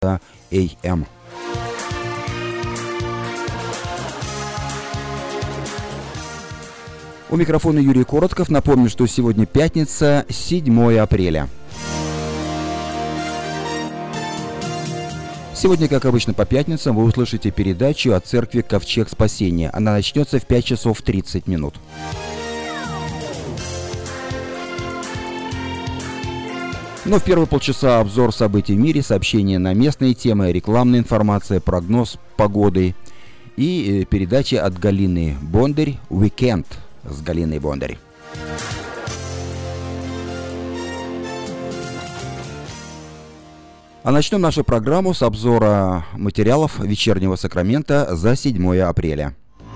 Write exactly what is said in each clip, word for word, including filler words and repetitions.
эй эм. У микрофона Юрий Коротков. Напомню, что сегодня пятница, седьмое апреля. Сегодня, как обычно, по пятницам вы услышите передачу о церкви «Ковчег спасения». Она начнется в пять часов тридцать минут. Но в первые полчаса обзор событий в мире, сообщения на местные темы, рекламная информация, прогноз погоды и передачи от Галины Бондарь «Уикенд» с Галиной Бондарь. А начнем нашу программу с обзора материалов вечернего Сакрамента за седьмое апреля.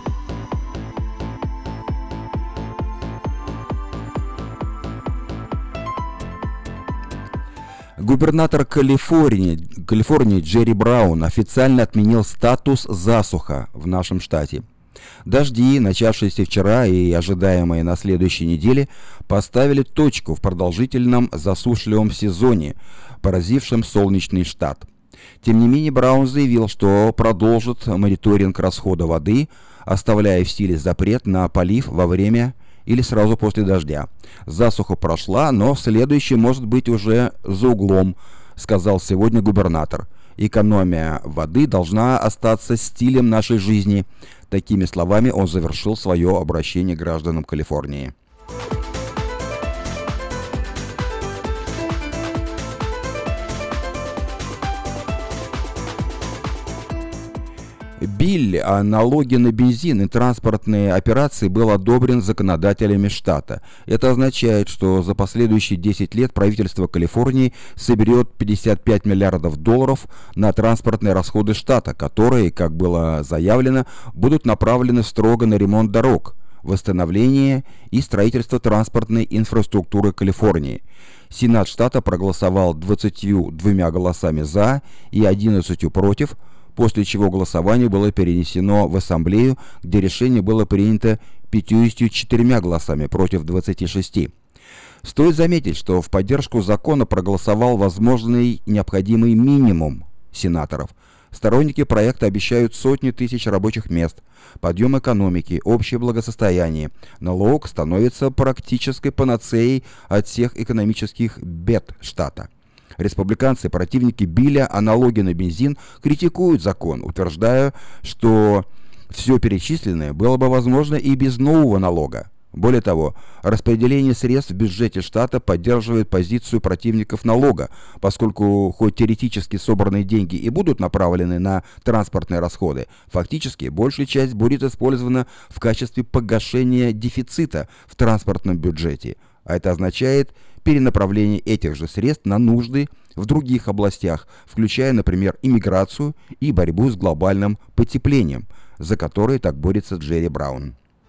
Губернатор Калифорнии, Калифорнии Джерри Браун официально отменил статус засуха в нашем штате. Дожди, начавшиеся вчера и ожидаемые на следующей неделе, поставили точку в продолжительном засушливом сезоне, поразившем солнечный штат. Тем не менее, Браун заявил, что продолжит мониторинг расхода воды, оставляя в силе запрет на полив во время или сразу после дождя. Засуха прошла, но следующее может быть уже за углом, сказал сегодня губернатор. Экономия воды должна остаться стилем нашей жизни. Такими словами он завершил свое обращение к гражданам Калифорнии. Билл о налоге на бензин и транспортные операции был одобрен законодателями штата. Это означает, что за последующие десять лет правительство Калифорнии соберет пятьдесят пять миллиардов долларов на транспортные расходы штата, которые, как было заявлено, будут направлены строго на ремонт дорог, восстановление и строительство транспортной инфраструктуры Калифорнии. Сенат штата проголосовал двадцатью двумя голосами «за» и одиннадцатью «против», после чего голосование было перенесено в ассамблею, где решение было принято пятьюдесятью четырьмя голосами против двадцати шести. Стоит заметить, что в поддержку закона проголосовал возможный необходимый минимум сенаторов. Сторонники проекта обещают сотни тысяч рабочих мест, подъем экономики, общее благосостояние. Налог становится практической панацеей от всех экономических бед штата. Республиканцы, противники Билля о налоге на бензин, критикуют закон, утверждая, что все перечисленное было бы возможно и без нового налога. Более того, распределение средств в бюджете штата поддерживает позицию противников налога, поскольку хоть теоретически собранные деньги и будут направлены на транспортные расходы, фактически большая часть будет использована в качестве погашения дефицита в транспортном бюджете, а это означает перенаправление этих же средств на нужды в других областях, включая, например, иммиграцию и борьбу с глобальным потеплением, за которые так борется Джерри Браун.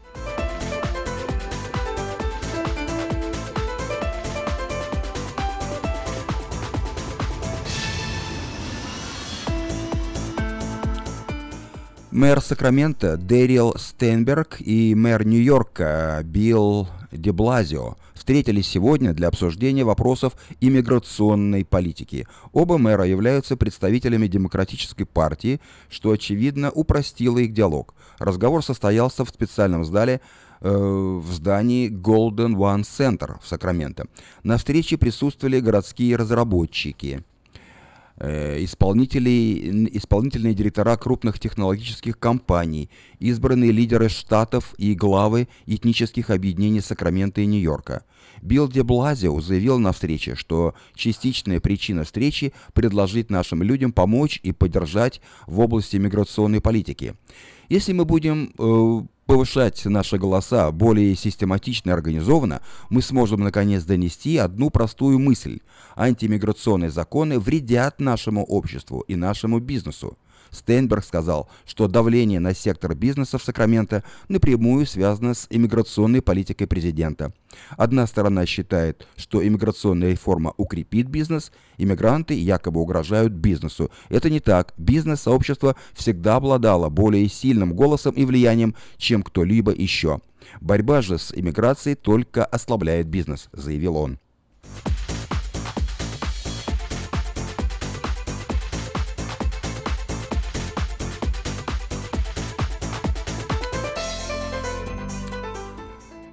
Мэр Сакрамента Дэрил Стенберг и мэр Нью-Йорка Билл де Блазио встретились сегодня для обсуждения вопросов иммиграционной политики. Оба мэра являются представителями Демократической партии, что, очевидно, упростило их диалог. Разговор состоялся в специальном зале э, в здании Golden One Center в Сакраменто. На встрече присутствовали городские разработчики, Исполнители, исполнительные директора крупных технологических компаний, избранные лидеры штатов и главы этнических объединений Сакрамента и Нью-Йорка. Билл де Блазио заявил на встрече, что частичная причина встречи – предложить нашим людям помочь и поддержать в области миграционной политики. Если мы будем э, повышать наши голоса более систематично и организованно, мы сможем наконец донести одну простую мысль. Антимиграционные законы вредят нашему обществу и нашему бизнесу. Стенберг сказал, что давление на сектор бизнеса в Сакраменто напрямую связано с иммиграционной политикой президента. Одна сторона считает, что иммиграционная реформа укрепит бизнес, иммигранты якобы угрожают бизнесу. Это не так. Бизнес-сообщество всегда обладало более сильным голосом и влиянием, чем кто-либо еще. Борьба же с иммиграцией только ослабляет бизнес, заявил он.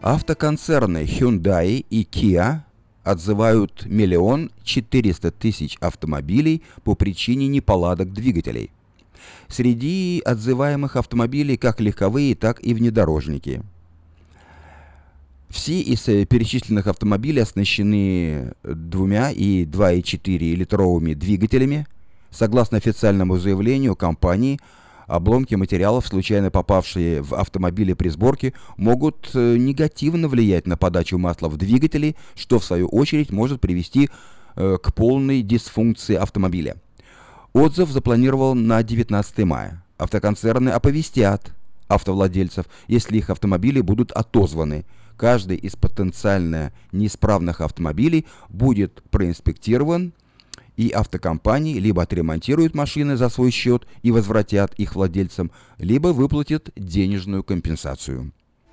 Автоконцерны Hyundai и Kia отзывают миллион четыреста тысяч автомобилей по причине неполадок двигателей. Среди отзываемых автомобилей как легковые, так и внедорожники. Все из перечисленных автомобилей оснащены двумя и два и четыре литровыми двигателями. Согласно официальному заявлению компании, обломки материалов, случайно попавшие в автомобили при сборке, могут негативно влиять на подачу масла в двигатели, что в свою очередь может привести э, к полной дисфункции автомобиля. Отзыв запланирован на девятнадцатое мая. Автоконцерны оповестят автовладельцев, если их автомобили будут отозваны. Каждый из потенциально неисправных автомобилей будет проинспектирован, и автокомпании либо отремонтируют машины за свой счет и возвратят их владельцам, либо выплатят денежную компенсацию.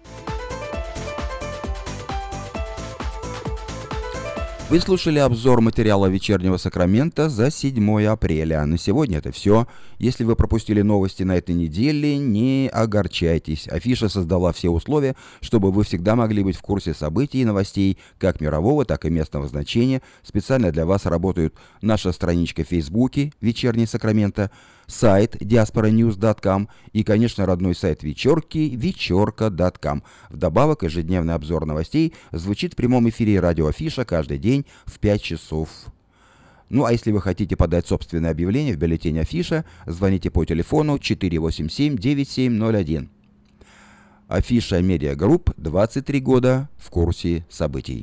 Вы слушали обзор материала «Вечернего Сакрамента» за седьмое апреля. На сегодня это все. Если вы пропустили новости на этой неделе, не огорчайтесь. Афиша создала все условия, чтобы вы всегда могли быть в курсе событий и новостей как мирового, так и местного значения. Специально для вас работают наша страничка в Фейсбуке «Вечерний Сакраменто», сайт диаспора ньюс точка ком и, конечно, родной сайт вечерки вечерка точка ком. Вдобавок, ежедневный обзор новостей звучит в прямом эфире радио Афиша каждый день в пять часов. Ну а если вы хотите подать собственное объявление в бюллетень Афиша, звоните по телефону четыре восемь семь девять семь ноль один. Афиша Медиа Групп, двадцать три года в курсе событий.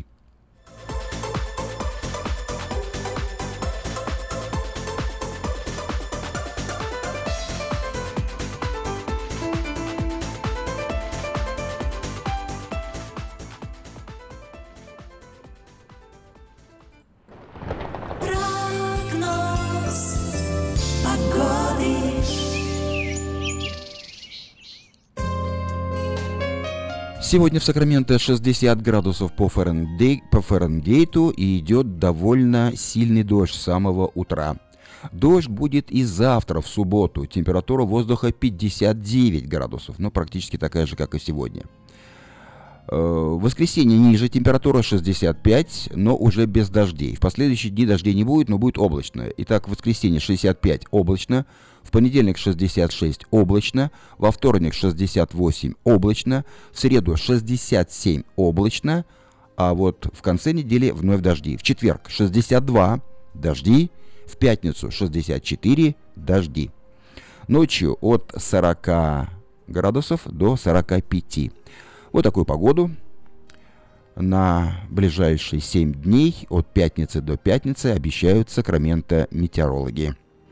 Сегодня в Сакраменто шестьдесят градусов по Фаренгейту, по Фаренгейту и идет довольно сильный дождь с самого утра. Дождь будет и завтра, в субботу. Температура воздуха пятьдесят девять градусов, ну практически такая же, как и сегодня. В воскресенье ниже, температура шестьдесят пять, но уже без дождей. В последующие дни дождей не будет, но будет облачно. Итак, в воскресенье шестьдесят пять облачно, в понедельник шестьдесят шесть облачно, во вторник шестьдесят восемь облачно, в среду шестьдесят семь облачно, а вот в конце недели вновь дожди. В четверг шестьдесят два дожди, в пятницу шестьдесят четыре дожди. Ночью от сорока градусов до сорока пяти. Вот такую погоду на ближайшие семь дней от пятницы до пятницы обещают Сакраменто метеорологи.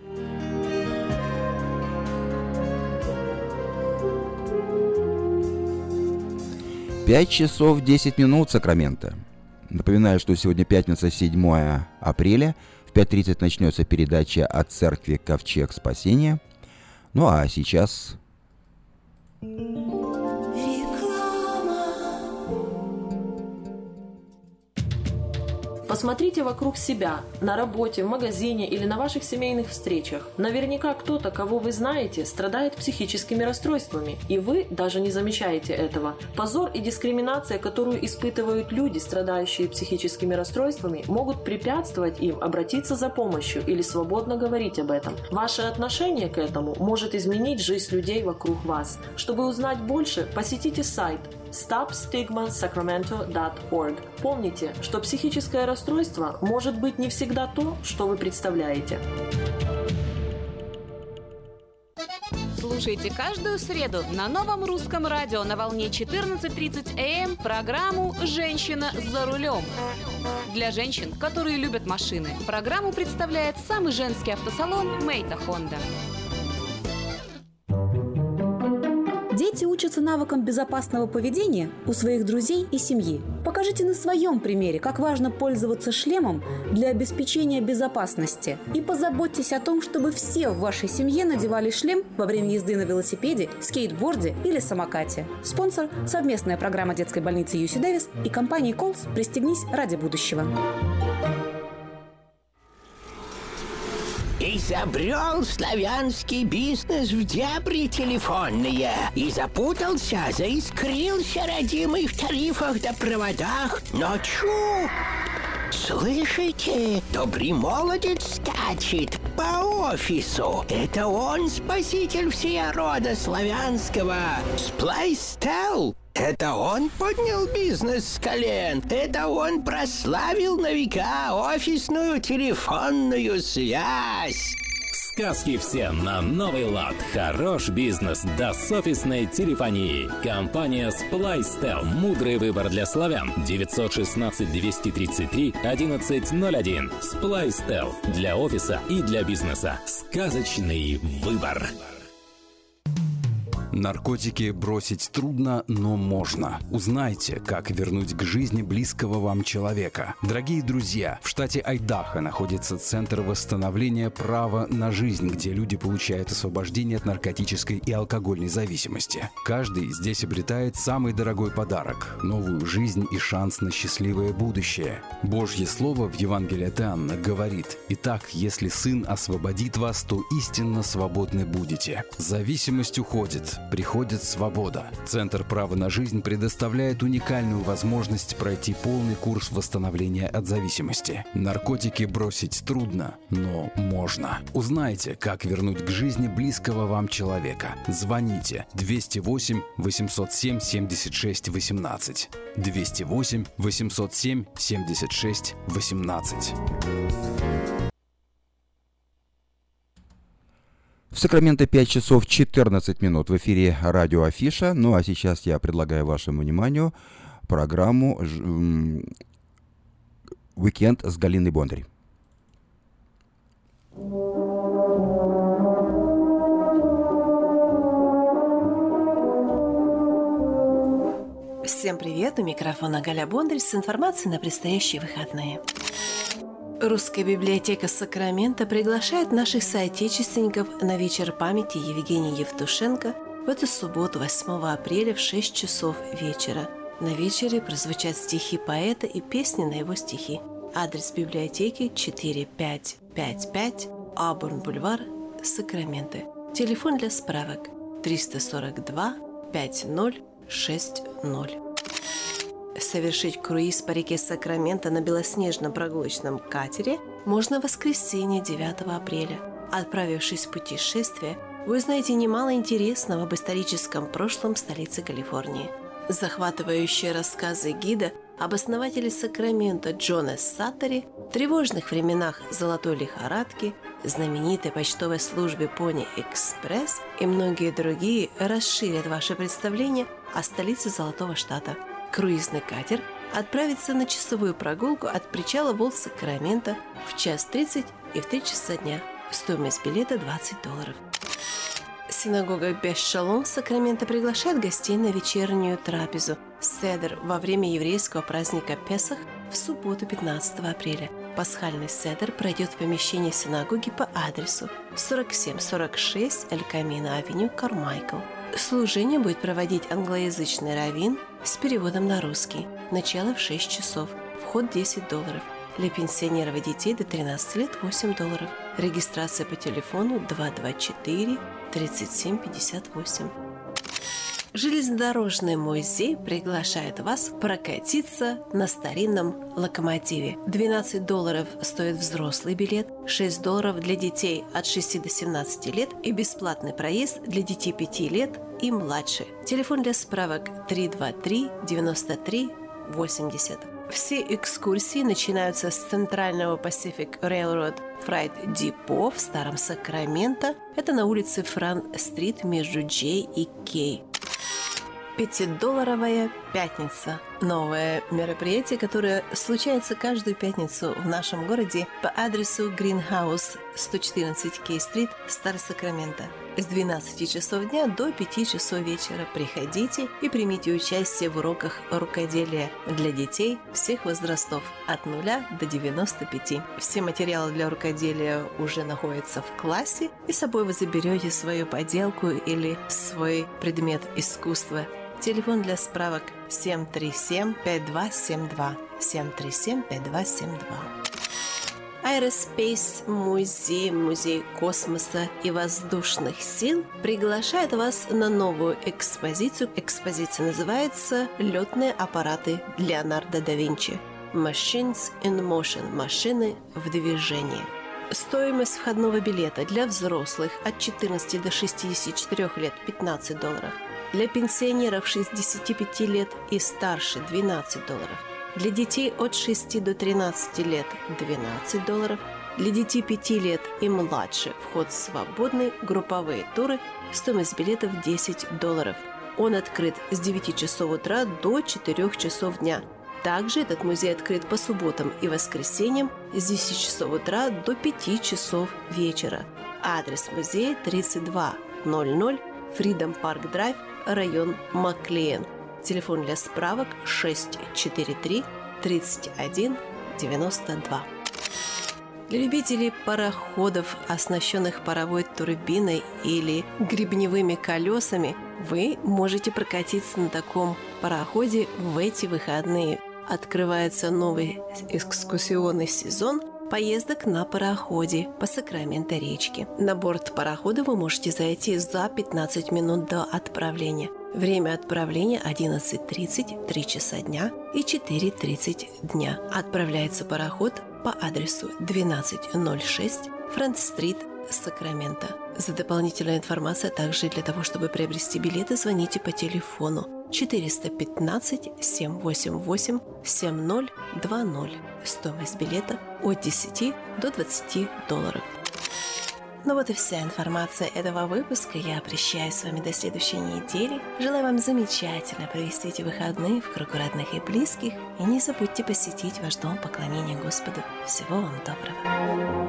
пять часов десять минут Сакраменто. Напоминаю, что сегодня пятница, седьмое апреля. В пять тридцать начнется передача от церкви «Ковчег спасения». Ну а сейчас... Посмотрите вокруг себя, на работе, в магазине или на ваших семейных встречах. Наверняка кто-то, кого вы знаете, страдает психическими расстройствами, и вы даже не замечаете этого. Позор и дискриминация, которую испытывают люди, страдающие психическими расстройствами, могут препятствовать им обратиться за помощью или свободно говорить об этом. Ваше отношение к этому может изменить жизнь людей вокруг вас. Чтобы узнать больше, посетите сайт стоп стигма сакраменто точка орг. Помните, что психическое расстройство может быть не всегда то, что вы представляете. Слушайте каждую среду на новом русском радио на волне четырнадцать тридцать эй эм программу «Женщина за рулем». Для женщин, которые любят машины, программу представляет самый женский автосалон «Мейта Хонда». Дети учатся навыкам безопасного поведения у своих друзей и семьи. Покажите на своем примере, как важно пользоваться шлемом для обеспечения безопасности. И позаботьтесь о том, чтобы все в вашей семье надевали шлем во время езды на велосипеде, скейтборде или самокате. Спонсор – совместная программа детской больницы Ю Си Дэвис и компании Колс «Пристегнись ради будущего». Ты забрел славянский бизнес в дебри телефонные и запутался, заискрился, родимый, в тарифах да проводах. Но чу! Слышите? Добрый молодец скачет по офису. Это он спаситель всея рода славянского. Сплайстел. Это он поднял бизнес с колен. Это он прославил на века офисную телефонную связь. Сказки все на новый лад. Хорош бизнес да с офисной телефонии. Компания Splystel. Мудрый выбор для славян. девятьсот шестнадцать двести тридцать три одиннадцать ноль один. Splystel. Для офиса и для бизнеса. Сказочный выбор. Наркотики бросить трудно, но можно. Узнайте, как вернуть к жизни близкого вам человека. Дорогие друзья, в штате Айдахо находится Центр восстановления права на жизнь, где люди получают освобождение от наркотической и алкогольной зависимости. Каждый здесь обретает самый дорогой подарок – новую жизнь и шанс на счастливое будущее. Божье Слово в Евангелии от Иоанна говорит: «Итак, если Сын освободит вас, то истинно свободны будете». Зависимость уходит. Приходит свобода. Центр права на жизнь предоставляет уникальную возможность пройти полный курс восстановления от зависимости. Наркотики бросить трудно, но можно. Узнайте, как вернуть к жизни близкого вам человека. Звоните двести восемь восемьсот семь семьдесят шесть восемнадцать. двести восемь восемьсот семь семьдесят шесть восемнадцать. В Сакраменто пять часов четырнадцать минут. В эфире радио Афиша. Ну а сейчас я предлагаю вашему вниманию программу «Уикенд» с Галиной Бондарь. Всем привет! У микрофона Галя Бондарь с информацией на предстоящие выходные. Русская библиотека Сакрамента приглашает наших соотечественников на вечер памяти Евгения Евтушенко в эту субботу, восьмого апреля в шесть часов вечера. На вечере прозвучат стихи поэта и песни на его стихи. Адрес библиотеки четыре пять пять пять Абурн-бульвар, Сакраменто. Телефон для справок триста сорок два пятьдесят ноль шесть ноль. Совершить круиз по реке Сакраменто на белоснежном прогулочном катере можно в воскресенье девятого апреля. Отправившись в путешествие, вы узнаете немало интересного об историческом прошлом столицы Калифорнии. Захватывающие рассказы гида об основателе Сакрамента Джона Саттери, тревожных временах золотой лихорадки, знаменитой почтовой службе Pony Express и многие другие расширят ваше представление о столице Золотого Штата. Круизный катер отправится на часовую прогулку от причала Волт-Сакраменто в час тридцать и в три часа дня. Стоимость билета двадцать долларов. Синагога Беш-Шалом Сакраменто приглашает гостей на вечернюю трапезу Седер во время еврейского праздника Песах в субботу пятнадцатого апреля. Пасхальный седер пройдет в помещении синагоги по адресу сорок семь сорок шесть Эль Камино-авеню, Кармайкл. Служение будет проводить англоязычный раввин с переводом на русский. Начало в шесть часов. Вход десять долларов. Для пенсионеров и детей до тринадцати лет восемь долларов. Регистрация по телефону два два четыре тридцать семь пятьдесят восемь. Железнодорожный музей приглашает вас прокатиться на старинном локомотиве. двенадцать долларов стоит взрослый билет, шесть долларов для детей от шести до семнадцати лет и бесплатный проезд для детей пяти лет и младше. Телефон для справок три два три девяносто три восемьдесят. Все экскурсии начинаются с центрального Pacific Railroad Freight Depot в Старом Сакраменто. Это на улице Фран-стрит между Джей и Кей. Пятидолларовая пятница. Новое мероприятие, которое случается каждую пятницу в нашем городе по адресу Greenhouse сто четырнадцать Кей-стрит, Старый Сакраменто. С двенадцати часов дня до пяти часов вечера приходите и примите участие в уроках рукоделия для детей всех возрастов от нуля до девяноста пяти. Все материалы для рукоделия уже находятся в классе, и с собой вы заберете свою поделку или свой предмет искусства. Телефон для справок семь три семь пять два семь два, семь три семь пять два семь два. Aerospace Музей, Музей космоса и воздушных сил приглашает вас на новую экспозицию. Экспозиция называется «Летные аппараты Леонардо да Винчи». Machines in Motion – машины в движении. Стоимость входного билета для взрослых от четырнадцати до шестидесяти четырёх лет – пятнадцать долларов. Для пенсионеров шестидесяти пяти лет и старше – двенадцать долларов. Для детей от шести до тринадцати лет – двенадцать долларов. Для детей пяти лет и младше вход свободный, групповые туры, стоимость билетов десять долларов. Он открыт с девяти часов утра до четырёх часов дня. Также этот музей открыт по субботам и воскресеньям с десяти часов утра до пяти часов вечера. Адрес музея тридцать два ноль ноль Freedom Park Drive, район Маклеен. Телефон для справок шесть четыре три тридцать один девяносто два. Для любителей пароходов, оснащенных паровой турбиной или гребневыми колесами, вы можете прокатиться на таком пароходе в эти выходные. Открывается новый экскурсионный сезон поездок на пароходе по Сакраменто-речке. На борт парохода вы можете зайти за пятнадцать минут до отправления. Время отправления одиннадцать тридцать, три часа дня и четыре тридцать дня. Отправляется пароход по адресу двенадцать ноль шесть Франц-стрит, Сакраменто. За дополнительной информацией, а также для того, чтобы приобрести билеты, звоните по телефону четыреста пятнадцать семь восемь восемь семь ноль два ноль. Стоимость билета от десяти до двадцати долларов. Ну вот и вся информация этого выпуска. Я прощаюсь с вами до следующей недели. Желаю вам замечательно провести эти выходные в кругу родных и близких. И не забудьте посетить ваш дом поклонения Господу. Всего вам доброго.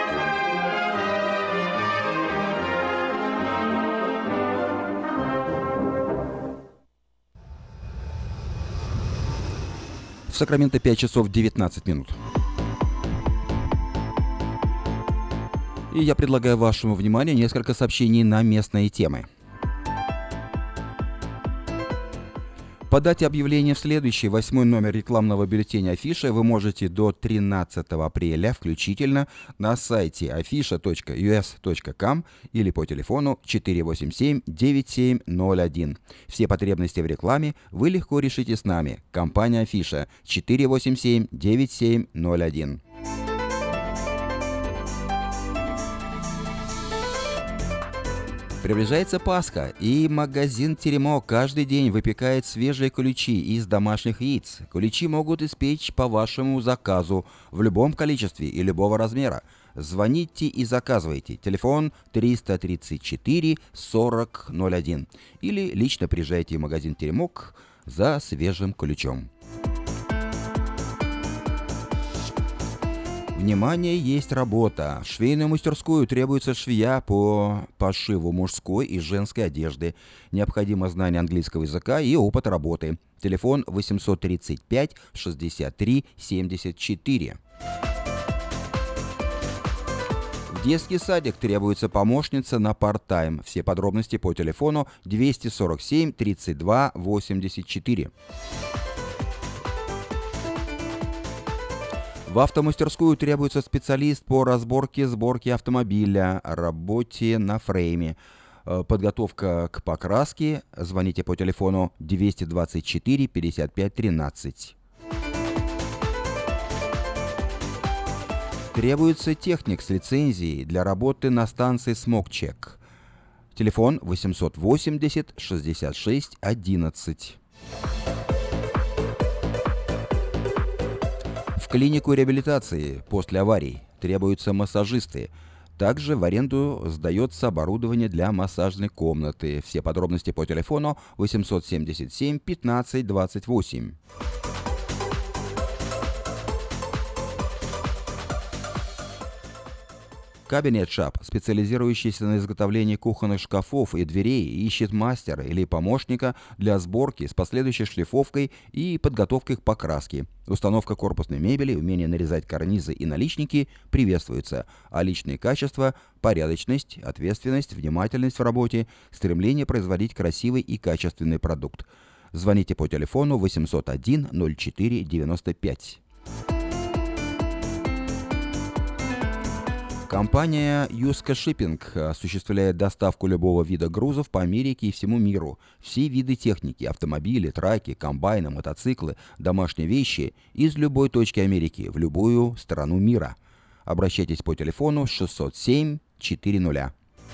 В Сакраменто пять часов девятнадцать минут. И я предлагаю вашему вниманию несколько сообщений на местные темы. Подать объявление в следующий, восьмой номер рекламного бюллетеня «Афиша» вы можете до тринадцатого апреля включительно на сайте афиша точка ю эс точка ком или по телефону четыре восемь семь девять семь ноль один. Все потребности в рекламе вы легко решите с нами. Компания «Афиша» четыре восемь семь девять семь ноль один. Приближается Пасха, и магазин «Теремок» каждый день выпекает свежие куличи из домашних яиц. Куличи могут испечь по вашему заказу в любом количестве и любого размера. Звоните и заказывайте. Телефон триста тридцать четыре сорок ноль один. Или лично приезжайте в магазин «Теремок» за свежим куличом. Внимание, есть работа. В швейную мастерскую требуется швея по пошиву мужской и женской одежды. Необходимо знание английского языка и опыт работы. Телефон восемьсот тридцать пять шестьдесят три семьдесят четыре. В детский садик требуется помощница на парт-тайм. Все подробности по телефону двести сорок семь тридцать два восемьдесят четыре. В автомастерскую требуется специалист по разборке, сборке автомобиля, работе на фрейме. Подготовка к покраске. Звоните по телефону двести двадцать четыре пятьдесят пять тринадцать. Требуется техник с лицензией для работы на станции «Смокчек». Телефон восемьсот восемьдесят шестьдесят шесть одиннадцать. В клинику реабилитации после аварий требуются массажисты. Также в аренду сдается оборудование для массажной комнаты. Все подробности по телефону восемьсот семьдесят семь пятнадцать двадцать восемь. Cabinet Shop, специализирующийся на изготовлении кухонных шкафов и дверей, ищет мастера или помощника для сборки с последующей шлифовкой и подготовкой к покраске. Установка корпусной мебели, умение нарезать карнизы и наличники приветствуются, а личные качества – порядочность, ответственность, внимательность в работе, стремление производить красивый и качественный продукт. Звоните по телефону восемьсот один ноль четыре девяносто пять. Компания Юска Шиппинг осуществляет доставку любого вида грузов по Америке и всему миру. Все виды техники, автомобили, траки, комбайны, мотоциклы, домашние вещи из любой точки Америки в любую страну мира. Обращайтесь по телефону шестьсот семь четыреста.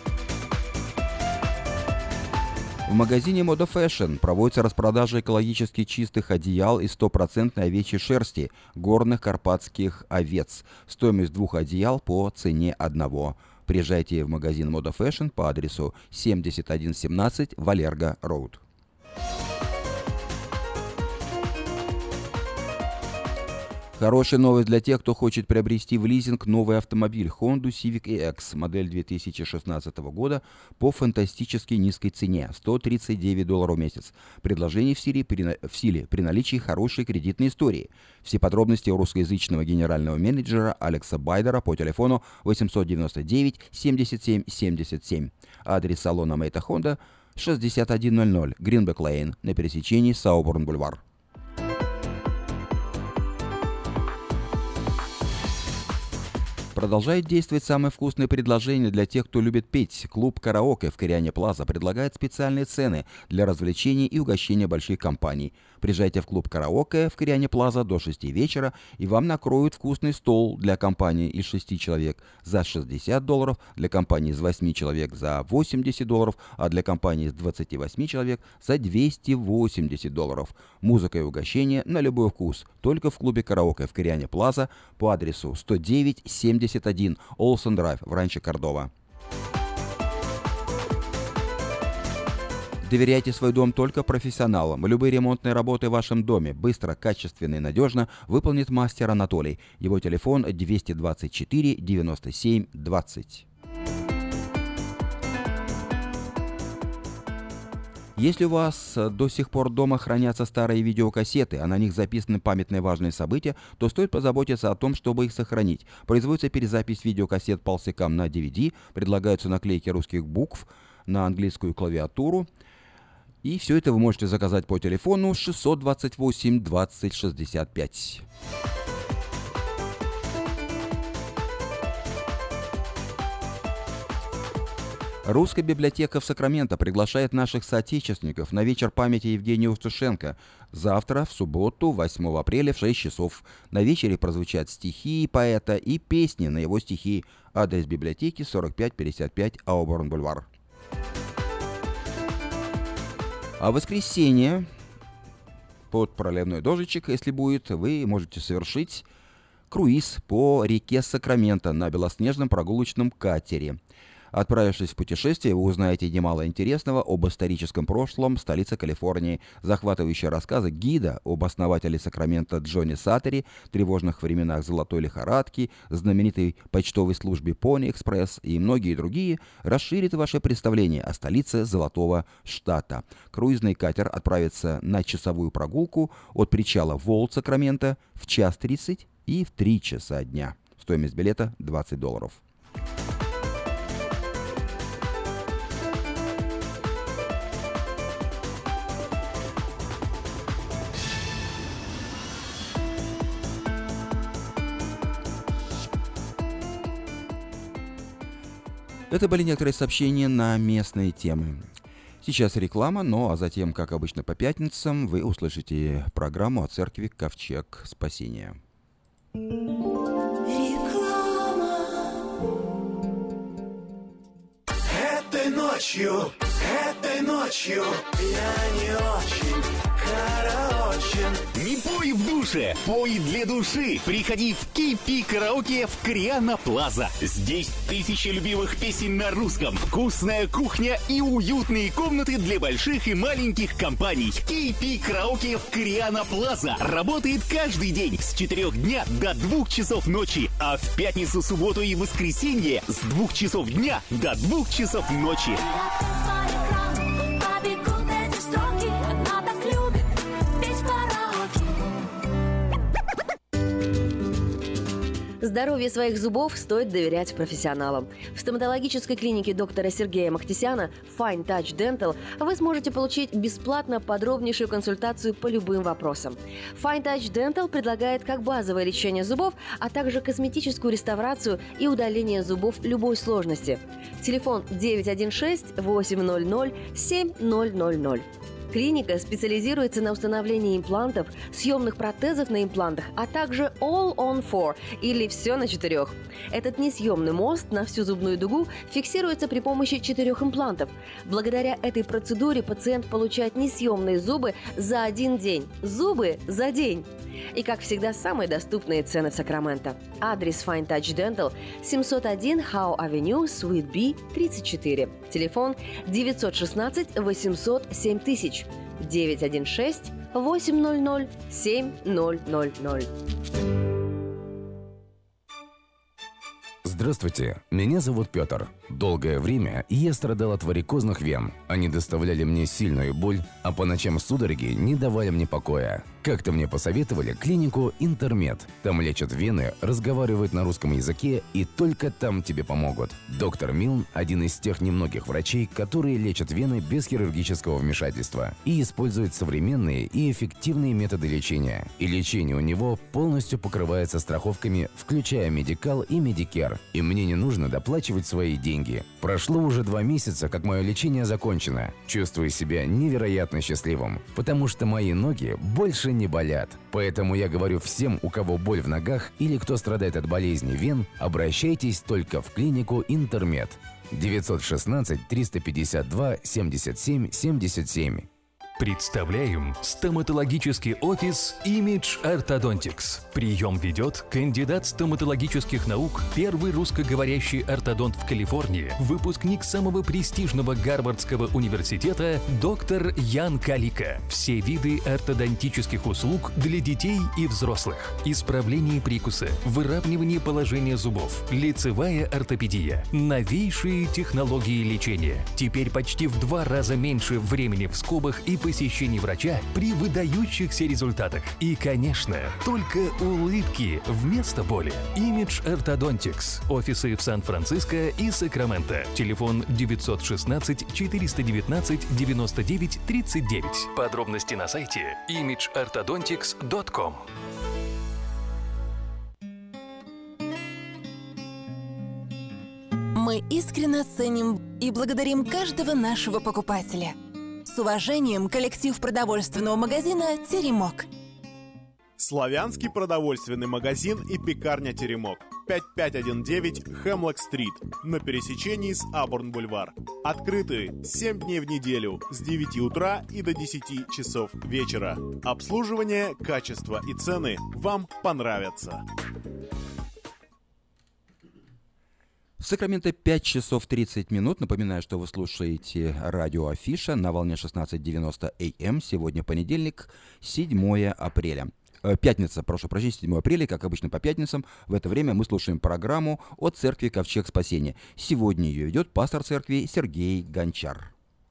В магазине Moda Fashion проводится распродажа экологически чистых одеял из стопроцентной овечьей шерсти горных карпатских овец. Стоимость двух одеял по цене одного. Приезжайте в магазин Moda Fashion по адресу семьдесят один семнадцать Валерго Роуд. Хорошая новость для тех, кто хочет приобрести в лизинг новый автомобиль Honda Civic и экс, модель две тысячи шестнадцатого года по фантастически низкой цене – сто тридцать девять долларов в месяц. Предложение в силе, при, в силе при наличии хорошей кредитной истории. Все подробности у русскоязычного генерального менеджера Алекса Байдера по телефону восемьсот девяносто девять семьдесят семь семьдесят семь. Адрес салона Мэйта Honda шестьдесят один ноль ноль Гринбек Лейн на пересечении Сауборн-Бульвар. Продолжает действовать самое вкусное предложение для тех, кто любит петь. Клуб «Караоке» в Кориане Плаза предлагает специальные цены для развлечений и угощения больших компаний. Приезжайте в клуб «Караоке» в Кориане Плаза до шести вечера, и вам накроют вкусный стол для компании из шести человек за шестьдесят долларов, для компании из восьми человек за восемьдесят долларов, а для компании из двадцати восьми человек за двести восемьдесят долларов. Музыка и угощение на любой вкус. Только в клубе «Караоке» в Кориане Плаза по адресу сто девять семьдесят один Олсен Драйв в Ранчо Кордова. Доверяйте свой дом только профессионалам. Любые ремонтные работы в вашем доме быстро, качественно и надежно выполнит мастер Анатолий. Его телефон двести двадцать четыре девяносто семь двадцать. Если у вас до сих пор дома хранятся старые видеокассеты, а на них записаны памятные важные события, то стоит позаботиться о том, чтобы их сохранить. Производится перезапись видеокассет полсекам на ди ви ди, предлагаются наклейки русских букв на английскую клавиатуру. И все это вы можете заказать по телефону шестьсот двадцать восемь двадцать шестьдесят пять. Русская библиотека в Сакраменто приглашает наших соотечественников на вечер памяти Евгения Евтушенко. Завтра, в субботу, восьмого апреля в шесть часов. На вечере прозвучат стихи поэта и песни на его стихи. Адрес библиотеки сорок пять пятьдесят пять Ауборн-Бульвар. А в воскресенье, под проливной дождичек, если будет, вы можете совершить круиз по реке Сакраменто на белоснежном прогулочном катере. Отправившись в путешествие, вы узнаете немало интересного об историческом прошлом столицы Калифорнии, захватывающие рассказы гида об основателе Сакрамента Джонни Саттери, тревожных временах золотой лихорадки, знаменитой почтовой службе Pony Express и многие другие расширит ваше представление о столице Золотого Штата. Круизный катер отправится на часовую прогулку от причала Волт Сакраменто в час тридцать и в три часа дня. Стоимость билета двадцать долларов. Это были некоторые сообщения на местные темы. Сейчас реклама, ну а затем, как обычно по пятницам, вы услышите программу о церкви «Ковчег Спасения». Реклама. Этой ночью, этой ночью я не очень караочен. Не пой в душе, пой для души. Приходи в кей пи Караоке в Кориана Плаза. Здесь тысячи любимых песен на русском, вкусная кухня и уютные комнаты для больших и маленьких компаний. кей пи Караоке в Кориана Плаза работает каждый день с четырёх дня до двух часов ночи, а в пятницу, субботу и воскресенье с двух часов дня до двух часов ночи. Здоровье своих зубов стоит доверять профессионалам. В стоматологической клинике доктора Сергея Махтисяна Fine Touch Dental вы сможете получить бесплатно подробнейшую консультацию по любым вопросам. Fine Touch Dental предлагает как базовое лечение зубов, а также косметическую реставрацию и удаление зубов любой сложности. Телефон девять один шесть восемь ноль ноль семь ноль ноль ноль. Клиника специализируется на установлении имплантов, съемных протезов на имплантах, а также All on Four или все на четырех. Этот несъемный мост на всю зубную дугу фиксируется при помощи четырех имплантов. Благодаря этой процедуре пациент получает несъемные зубы за один день. Зубы за день! И, как всегда, самые доступные цены в Сакраменто. Адрес Fine Touch Dental семьсот один Howe Avenue, Suite B, тридцать четыре. Телефон девятьсот шестнадцать восемьсот семь тысяч. девять один шесть восемь ноль ноль семь ноль ноль ноль. Здравствуйте, меня зовут Петр. Долгое время я страдал от варикозных вен. Они доставляли мне сильную боль, а по ночам судороги не давали мне покоя. Как-то мне посоветовали клинику Интермед. Там лечат вены, разговаривают на русском языке и только там тебе помогут. Доктор Милн – один из тех немногих врачей, которые лечат вены без хирургического вмешательства и используют современные и эффективные методы лечения. И лечение у него полностью покрывается страховками, включая Медикал и Медикер. И мне не нужно доплачивать свои деньги. Прошло уже два месяца, как мое лечение закончено. Чувствую себя невероятно счастливым, потому что мои ноги больше не болят. Поэтому я говорю всем, у кого боль в ногах или кто страдает от болезни вен, обращайтесь только в клинику Интермед. девятьсот шестнадцать триста пятьдесят два семьдесят семь семьдесят семь. Представляем стоматологический офис Image Orthodontics. Прием ведет кандидат стоматологических наук, первый русскоговорящий ортодонт в Калифорнии, выпускник самого престижного Гарвардского университета доктор Ян Калика. Все виды ортодонтических услуг для детей и взрослых. Исправление прикуса, выравнивание положения зубов, лицевая ортопедия, новейшие технологии лечения. Теперь почти в два раза меньше времени в скобах и посещений врача при выдающихся результатах. И, конечно, только улыбки вместо боли. Image Orthodontics. Офисы в Сан-Франциско и Сакраменто. Телефон девятьсот шестнадцать четыреста девятнадцать девяносто девять тридцать девять. Подробности на сайте имидж ортодонтикс точка ком. Мы искренне ценим и благодарим каждого нашего покупателя. С уважением, коллектив продовольственного магазина «Теремок». Славянский продовольственный магазин и пекарня «Теремок». пять пять один девять Хемлок-стрит на пересечении с Абурн-бульвар. Открыты семь дней в неделю с девяти утра и до десяти часов вечера. Обслуживание, качество и цены вам понравятся. В Сакраменто пять часов тридцать минут. Напоминаю, что вы слушаете радио Афиша на волне шестнадцать девяносто эй эм. Сегодня понедельник, седьмое апреля. Э, пятница, прошу прощения, седьмое апреля, как обычно по пятницам. В это время мы слушаем программу о церкви Ковчег Спасения. Сегодня ее ведет пастор церкви Сергей Гончар.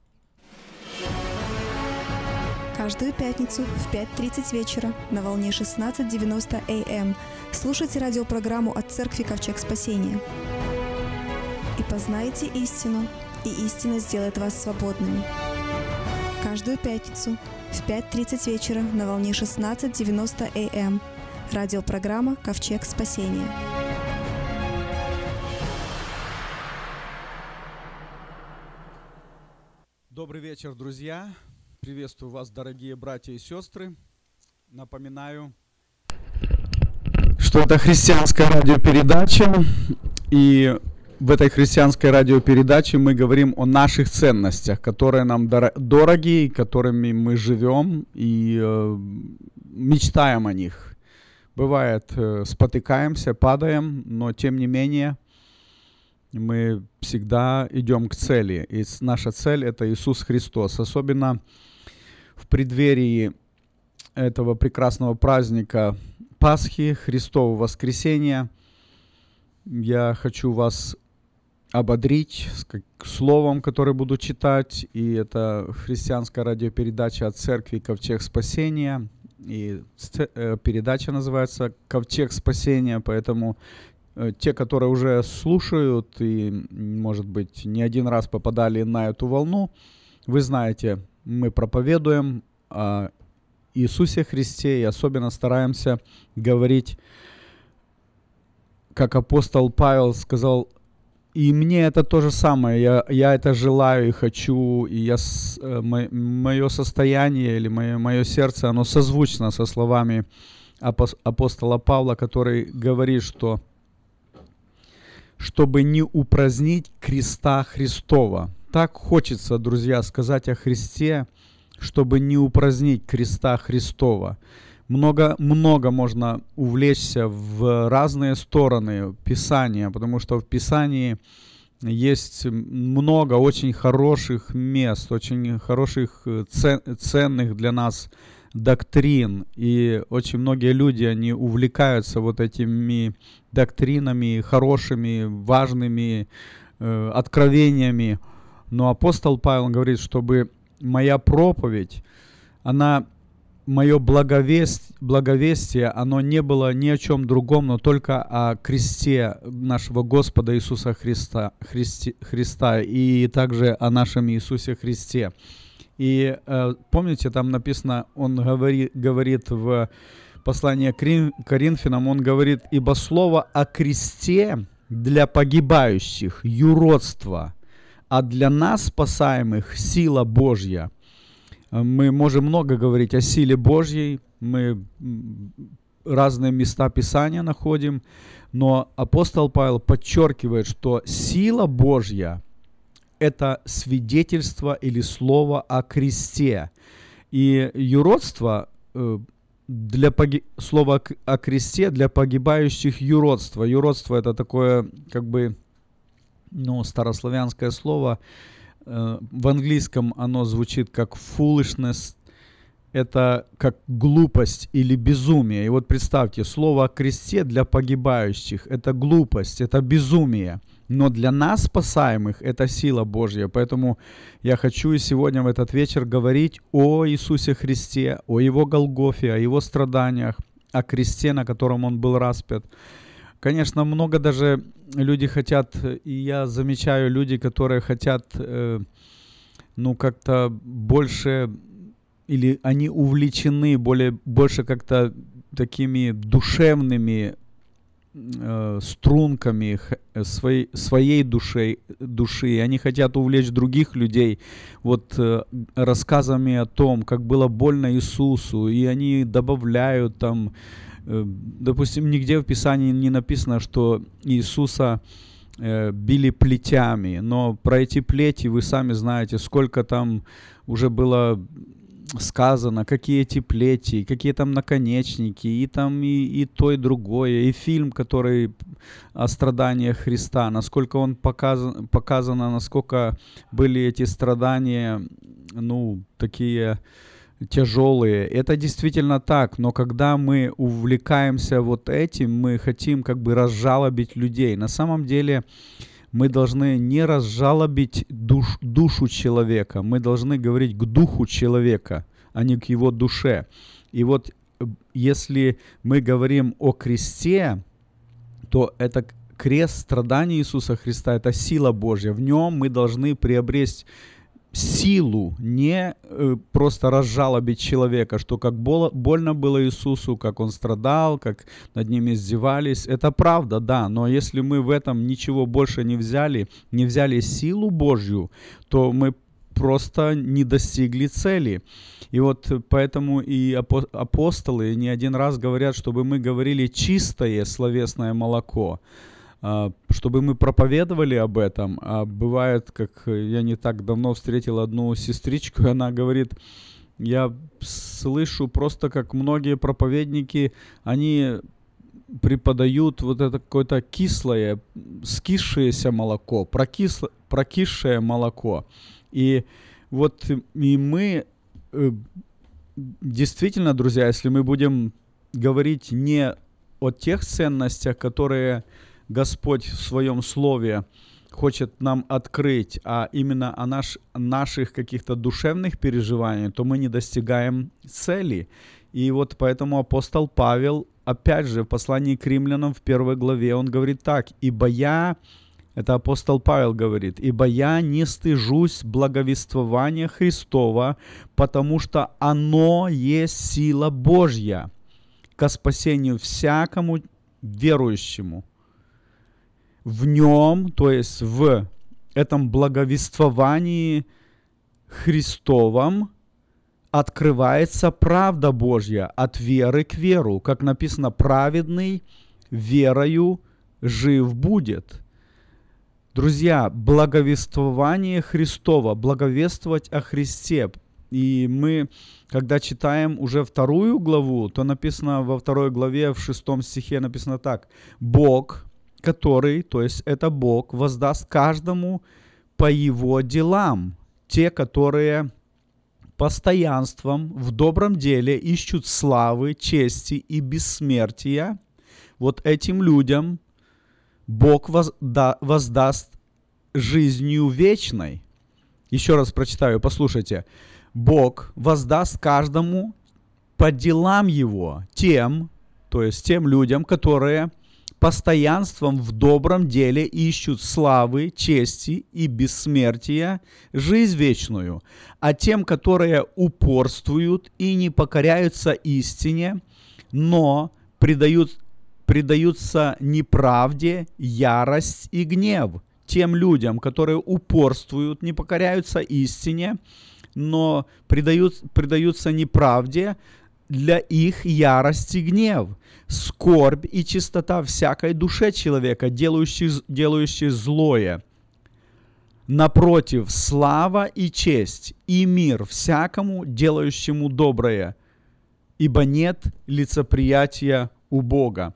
Каждую пятницу в пять тридцать вечера на волне шестнадцать девяносто эй эм слушайте радиопрограмму от церкви Ковчег Спасения. И познаете истину, и истина сделает вас свободными. Каждую пятницу в пять тридцать вечера на волне шестнадцать девяносто эй эм. Радиопрограмма «Ковчег Спасения». Добрый вечер, друзья. Приветствую вас, дорогие братья и сестры. Напоминаю, что это христианская радиопередача, и в этой христианской радиопередаче мы говорим о наших ценностях, которые нам дороги, которыми мы живем и э, мечтаем о них. Бывает, э, спотыкаемся, падаем, но тем не менее мы всегда идем к цели. И наша цель — это Иисус Христос. Особенно в преддверии этого прекрасного праздника Пасхи, Христового воскресения, я хочу вас ободрить словом, которое буду читать. И это христианская радиопередача от церкви Ковчег Спасения. И передача называется «Ковчег спасения», поэтому те, которые уже слушают и, может быть, не один раз попадали на эту волну, вы знаете, мы проповедуем о Иисусе Христе и особенно стараемся говорить, как апостол Павел сказал, и мне это то же самое, я, я это желаю и хочу, и я, мое состояние или мое, мое сердце, оно созвучно со словами апостола Павла, который говорит, что чтобы не упразднить креста Христова. Так хочется, друзья, сказать о Христе, чтобы не упразднить креста Христова. Много, много можно увлечься в разные стороны Писания, потому что в Писании есть много очень хороших мест, очень хороших, цен, ценных для нас доктрин. И очень многие люди, они увлекаются вот этими доктринами, хорошими, важными э, откровениями. Но апостол Павел говорит, чтобы моя проповедь, она... Мое благовест, благовестие, оно не было ни о чем другом, но только о кресте нашего Господа Иисуса Христа, Христи, Христа и также о нашем Иисусе Христе. И э, помните, там написано, он говори, говорит в послании к Коринфянам, он говорит, «Ибо слово о кресте для погибающих – юродство, а для нас, спасаемых, сила Божья». Мы можем много говорить о силе Божьей, мы разные места Писания находим, но апостол Павел подчеркивает, что сила Божья – это свидетельство или слово о кресте. И юродство, для поги... слово о кресте для погибающих юродство. Юродство – это такое, как бы, ну, старославянское слово. В английском оно звучит как foolishness, это как глупость или безумие. И вот представьте, слово о кресте для погибающих – это глупость, это безумие. Но для нас, спасаемых, это сила Божья. Поэтому я хочу и сегодня в этот вечер говорить о Иисусе Христе, о Его Голгофе, о Его страданиях, о кресте, на котором Он был распят. Конечно, много даже люди хотят, и я замечаю люди, которые хотят, э, ну, как-то больше, или они увлечены более, больше как-то такими душевными э, струнками своей, своей души, души. Они хотят увлечь других людей вот э, рассказами о том, как было больно Иисусу, и они добавляют там. Допустим, нигде в Писании не написано, что Иисуса э, били плетями, но про эти плети вы сами знаете, сколько там уже было сказано, какие эти плети, какие там наконечники, и там и, и то, и другое, и фильм, который о страданиях Христа, насколько он показан, показано, насколько были эти страдания, ну, такие... тяжелые. Это действительно так, но когда мы увлекаемся вот этим, мы хотим как бы разжалобить людей. На самом деле мы должны не разжалобить душ, душу человека, мы должны говорить к духу человека, а не к его душе. И вот если мы говорим о кресте, то это крест страданий Иисуса Христа, это сила Божья. В нем мы должны приобрести силу, не э, просто разжалобить человека, что как бол- больно было Иисусу, как Он страдал, как над Ним издевались. Это правда, да, но если мы в этом ничего больше не взяли, не взяли силу Божью, то мы просто не достигли цели. И вот поэтому и апостолы не один раз говорят, чтобы мы говорили чистое словесное молоко, чтобы мы проповедовали об этом. А бывает, как я не так давно встретил одну сестричку, и она говорит, я слышу просто, как многие проповедники, они преподают вот это какое-то кислое, скисшееся молоко, прокисло, прокисшее молоко. И вот и мы действительно, друзья, если мы будем говорить не о тех ценностях, которые Господь в Своем Слове хочет нам открыть, а именно о наш, наших каких-то душевных переживаниях, то мы не достигаем цели. И вот поэтому апостол Павел, опять же, в послании к римлянам в первой главе, он говорит так: «Ибо я...» Это апостол Павел говорит: «Ибо я не стыжусь благовествования Христова, потому что оно есть сила Божья ко спасению всякому верующему». В нем, то есть в этом благовествовании Христовом, открывается правда Божья от веры к веру. Как написано: «Праведный верою жив будет». Друзья, благовествование Христова, благовествовать о Христе. И мы, когда читаем уже вторую главу, то написано во второй главе, в шестом стихе написано так: «Бог, который, то есть это Бог, воздаст каждому по его делам, те, которые постоянством в добром деле ищут славы, чести и бессмертия». Вот этим людям Бог возда, воздаст жизнью вечной. Еще раз прочитаю, послушайте. Бог воздаст каждому по делам его, тем, то есть тем людям, которые постоянством в добром деле ищут славы, чести и бессмертия, жизнь вечную. А тем, которые упорствуют и не покоряются истине, но предают предаются неправде, ярость и гнев. Тем людям, которые упорствуют, не покоряются истине, но предают, предаются неправде, для их ярость и гнев, скорбь и чистота всякой душе человека, делающей, делающей злое. Напротив, слава и честь и мир всякому, делающему доброе, ибо нет лицеприятия у Бога.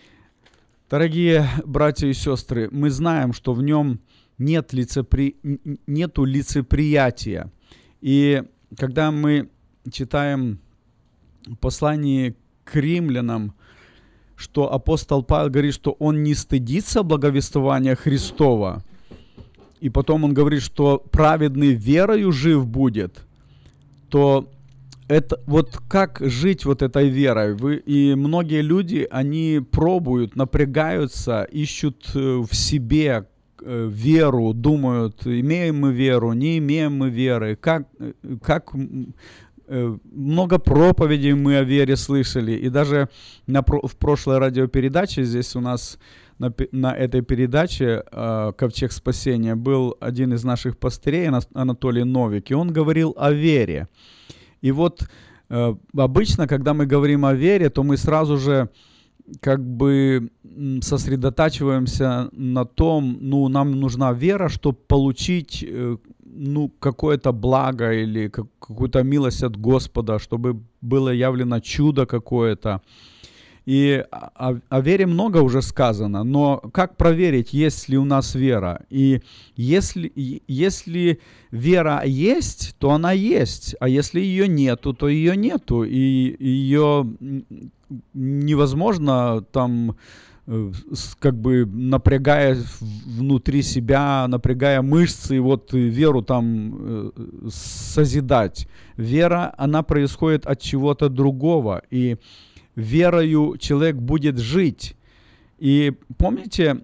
Дорогие братья и сестры, мы знаем, что в нем нет лицепри... нету лицеприятия. И когда мы читаем в послании к римлянам, что апостол Павел говорит, что он не стыдится благовествования Христова, и потом он говорит, что праведный верою жив будет, то это вот как жить вот этой верой? Вы, и многие люди, они пробуют, напрягаются, ищут в себе веру, думают, имеем мы веру, не имеем мы веры, как, как много проповедей мы о вере слышали, и даже на, в прошлой радиопередаче, здесь у нас на, на этой передаче э, «Ковчег спасения» был один из наших пастырей, Анатолий Новик, и он говорил о вере. И вот э, обычно, когда мы говорим о вере, то мы сразу же как бы сосредотачиваемся на том, ну, нам нужна вера, чтобы получить э, ну, какое-то благо или как, какую-то милость от Господа, чтобы было явлено чудо какое-то. И о, о вере много уже сказано, но как проверить, есть ли у нас вера? И если, если вера есть, то она есть, а если ее нету, то ее нету, и ее невозможно там, как бы напрягая внутри себя, напрягая мышцы, вот веру там созидать. Вера, она происходит от чего-то другого, и верою человек будет жить. И помните,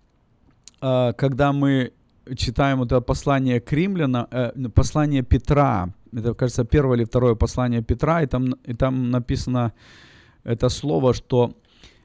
когда мы читаем это послание к римлянам, послание Петра, это, кажется, первое или второе послание Петра, и там, и там написано это слово, что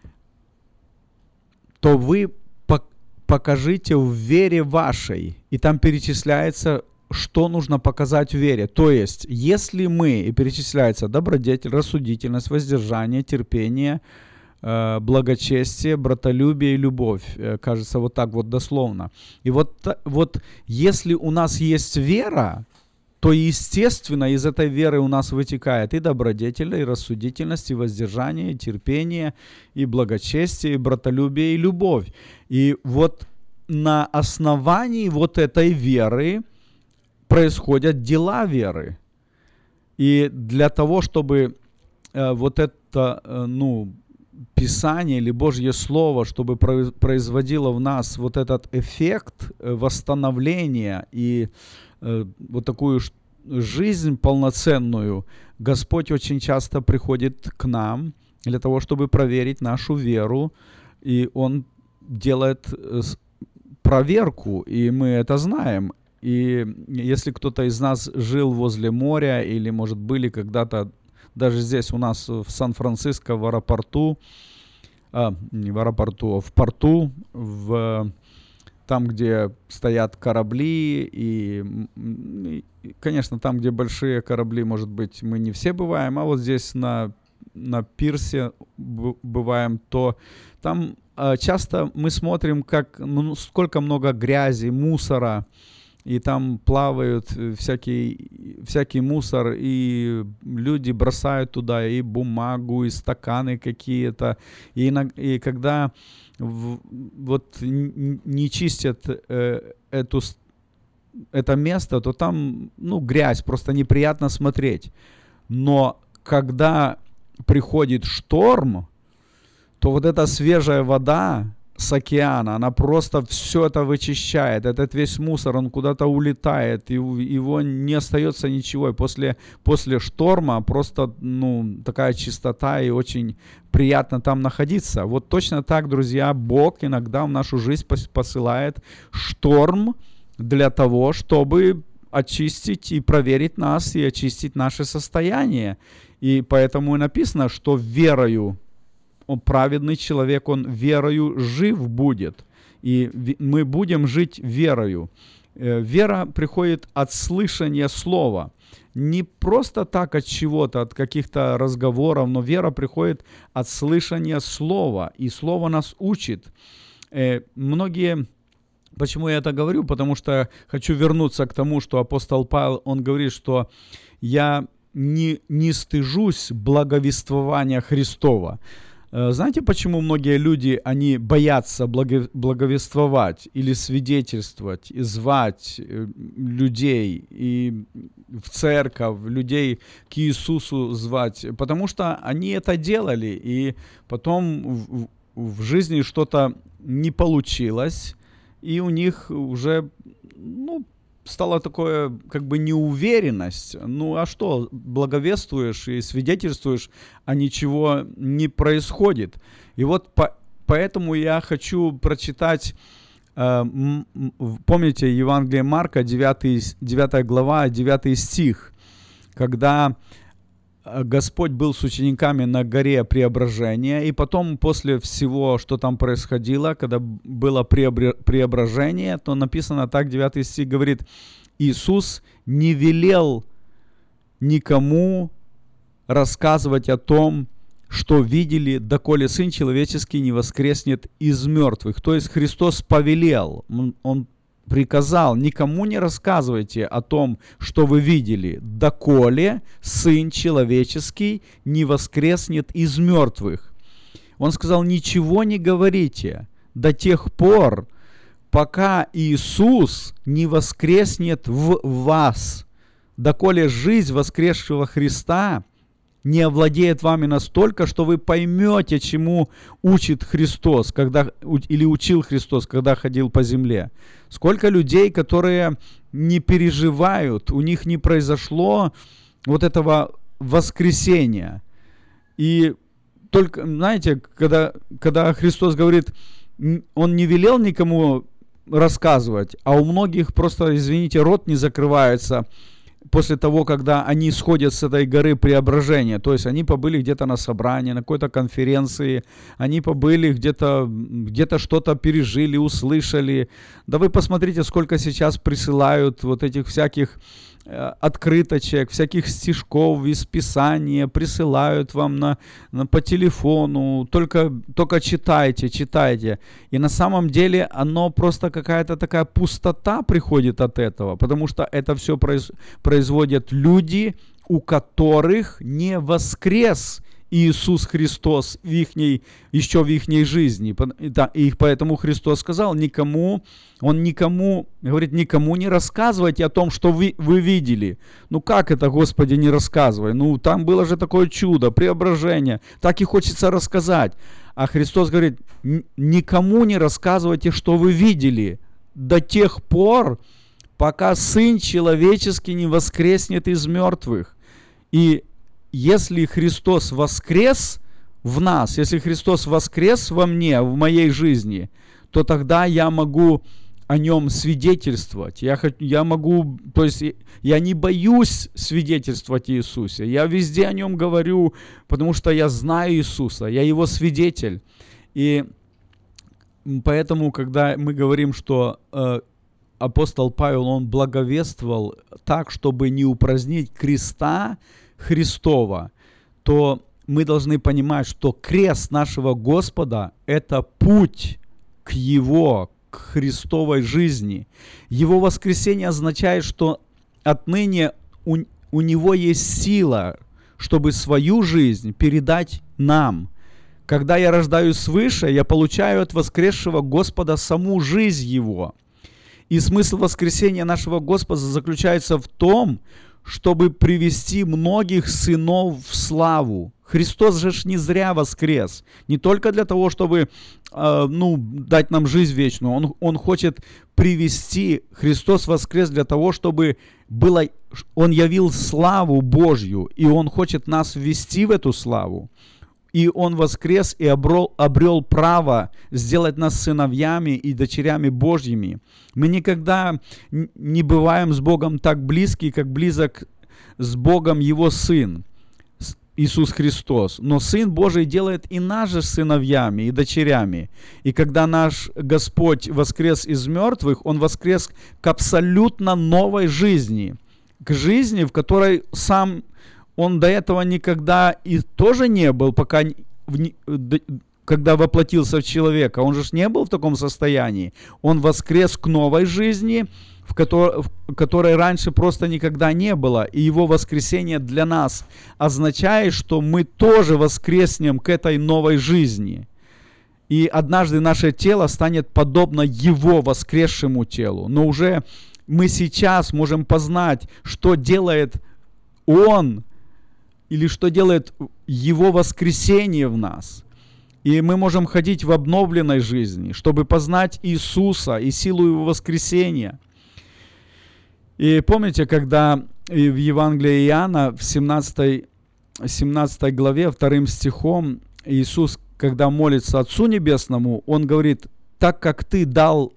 то вы покажите в вере вашей. И там перечисляется, что нужно показать в вере. То есть, если мы, и перечисляется добродетель, рассудительность, воздержание, терпение, э, благочестие, братолюбие и любовь. Э, кажется, вот так вот дословно. И вот, вот если у нас есть вера, то, естественно, из этой веры у нас вытекает и добродетель, и рассудительность, и воздержание, и терпение, и благочестие, и братолюбие, и любовь. И вот на основании вот этой веры происходят дела веры. И для того, чтобы э, вот это, э, ну, Писание или Божье Слово, чтобы производило в нас вот этот эффект восстановления и э, вот такую жизнь полноценную, Господь очень часто приходит к нам для того, чтобы проверить нашу веру, и Он делает проверку, и мы это знаем. И если кто-то из нас жил возле моря или, может, были когда-то даже здесь у нас в Сан-Франциско в аэропорту, а, не в аэропорту, а в порту, в, там, где стоят корабли, и, и, конечно, там, где большие корабли, может быть, мы не все бываем, а вот здесь на, на пирсе бываем, то там а, часто мы смотрим, как, ну, сколько много грязи, мусора, и там плавают всякий, всякий мусор, и люди бросают туда и бумагу, и стаканы какие-то. И, и когда в, вот не чистят э, эту, это место, то там, ну, грязь, просто неприятно смотреть. Но когда приходит шторм, то вот эта свежая вода с океана, она просто все это вычищает, этот весь мусор, он куда-то улетает, и его не остается ничего. И после, после шторма просто, ну, такая чистота, и очень приятно там находиться. Вот точно так, друзья, Бог иногда в нашу жизнь посылает шторм для того, чтобы очистить и проверить нас, и очистить наше состояние. И поэтому и написано, что верою он праведный человек, он верою жив будет. И мы будем жить верою. Вера приходит от слышания слова. Не просто так от чего-то, от каких-то разговоров, но вера приходит от слышания слова. И слово нас учит. Многие... Почему я это говорю? Потому что хочу вернуться к тому, что апостол Павел, он говорит, что я не, не стыжусь благовествования Христова. Знаете, почему многие люди, они боятся благовествовать или свидетельствовать, и звать людей и в церковь, людей к Иисусу звать? Потому что они это делали, и потом в, в жизни что-то не получилось, и у них уже, ну, стала такое, как бы, неуверенность. Ну, а что, благовествуешь и свидетельствуешь, а ничего не происходит. И вот по, поэтому я хочу прочитать, э, помните, Евангелие Марка, девятая глава, девятый стих, когда Господь был с учениками на горе Преображения, и потом, после всего, что там происходило, когда было преображение, то написано так, девятый стих говорит: Иисус не велел никому рассказывать о том, что видели, доколе Сын Человеческий не воскреснет из мертвых. То есть Христос повелел, Он приказал: никому не рассказывайте о том, что вы видели, доколе Сын Человеческий не воскреснет из мертвых. Он сказал: ничего не говорите до тех пор, пока Иисус не воскреснет в вас, доколе жизнь воскресшего Христа не овладеет вами настолько, что вы поймете, чему учит Христос, когда, или учил Христос, когда ходил по земле. Сколько людей, которые не переживают, у них не произошло вот этого воскресения. И только, знаете, когда, когда Христос говорит, Он не велел никому рассказывать, а у многих просто, извините, рот не закрывается после того, когда они сходят с этой горы Преображения. То есть они побыли где-то на собрании, на какой-то конференции, они побыли где-то, где-то что-то пережили, услышали. Да вы посмотрите, сколько сейчас присылают вот этих всяких открыточек, всяких стишков из Писания, присылают вам на, на, по телефону, только, только читайте, читайте. И на самом деле оно просто какая-то такая пустота приходит от этого, потому что это все произ, производят люди, у которых не воскрес Иисус Христос в ихней, еще в ихней жизни. И поэтому Христос сказал, никому, Он никому, говорит, никому не рассказывайте о том, что вы, вы видели. Ну как это, Господи, не рассказывай? Ну там было же такое чудо, преображение, так и хочется рассказать. А Христос говорит, никому не рассказывайте, что вы видели, до тех пор, пока Сын Человеческий не воскреснет из мертвых. И если Христос воскрес в нас, если Христос воскрес во мне, в моей жизни, то тогда я могу о нем свидетельствовать. Я, я могу, то есть я не боюсь свидетельствовать Иисусе. Я везде о нем говорю, потому что я знаю Иисуса, я его свидетель. И поэтому, когда мы говорим, что э, апостол Павел, он благовествовал так, чтобы не упразднить креста Христова, то мы должны понимать, что крест нашего Господа – это путь к Его, к Христовой жизни. Его воскресение означает, что отныне у, у Него есть сила, чтобы свою жизнь передать нам. Когда я рождаюсь свыше, я получаю от воскресшего Господа саму жизнь Его. И смысл воскресения нашего Господа заключается в том, чтобы привести многих сынов в славу. Христос же не зря воскрес. Не только для того, чтобы э, ну, дать нам жизнь вечную. Он, он хочет привести, Христос воскрес для того, чтобы было, Он явил славу Божью. И Он хочет нас ввести в эту славу. И Он воскрес и обрел, обрел право сделать нас сыновьями и дочерями Божьими. Мы никогда не бываем с Богом так близки, как близок с Богом Его Сын, Иисус Христос. Но Сын Божий делает и нас же сыновьями и дочерями. И когда наш Господь воскрес из мертвых, Он воскрес к абсолютно новой жизни. К жизни, в которой сам Он до этого никогда и тоже не был, пока, когда воплотился в человека. Он же не был в таком состоянии. Он воскрес к новой жизни, в которой, в которой раньше просто никогда не было. И Его воскресение для нас означает, что мы тоже воскреснем к этой новой жизни. И однажды наше тело станет подобно Его воскресшему телу. Но уже мы сейчас можем познать, что делает Он, или что делает Его воскресение в нас. И мы можем ходить в обновленной жизни, чтобы познать Иисуса и силу Его воскресения. И помните, когда в Евангелии Иоанна в семнадцатой, семнадцатой главе, вторым стихом, Иисус, когда молится Отцу Небесному, Он говорит: так как Ты дал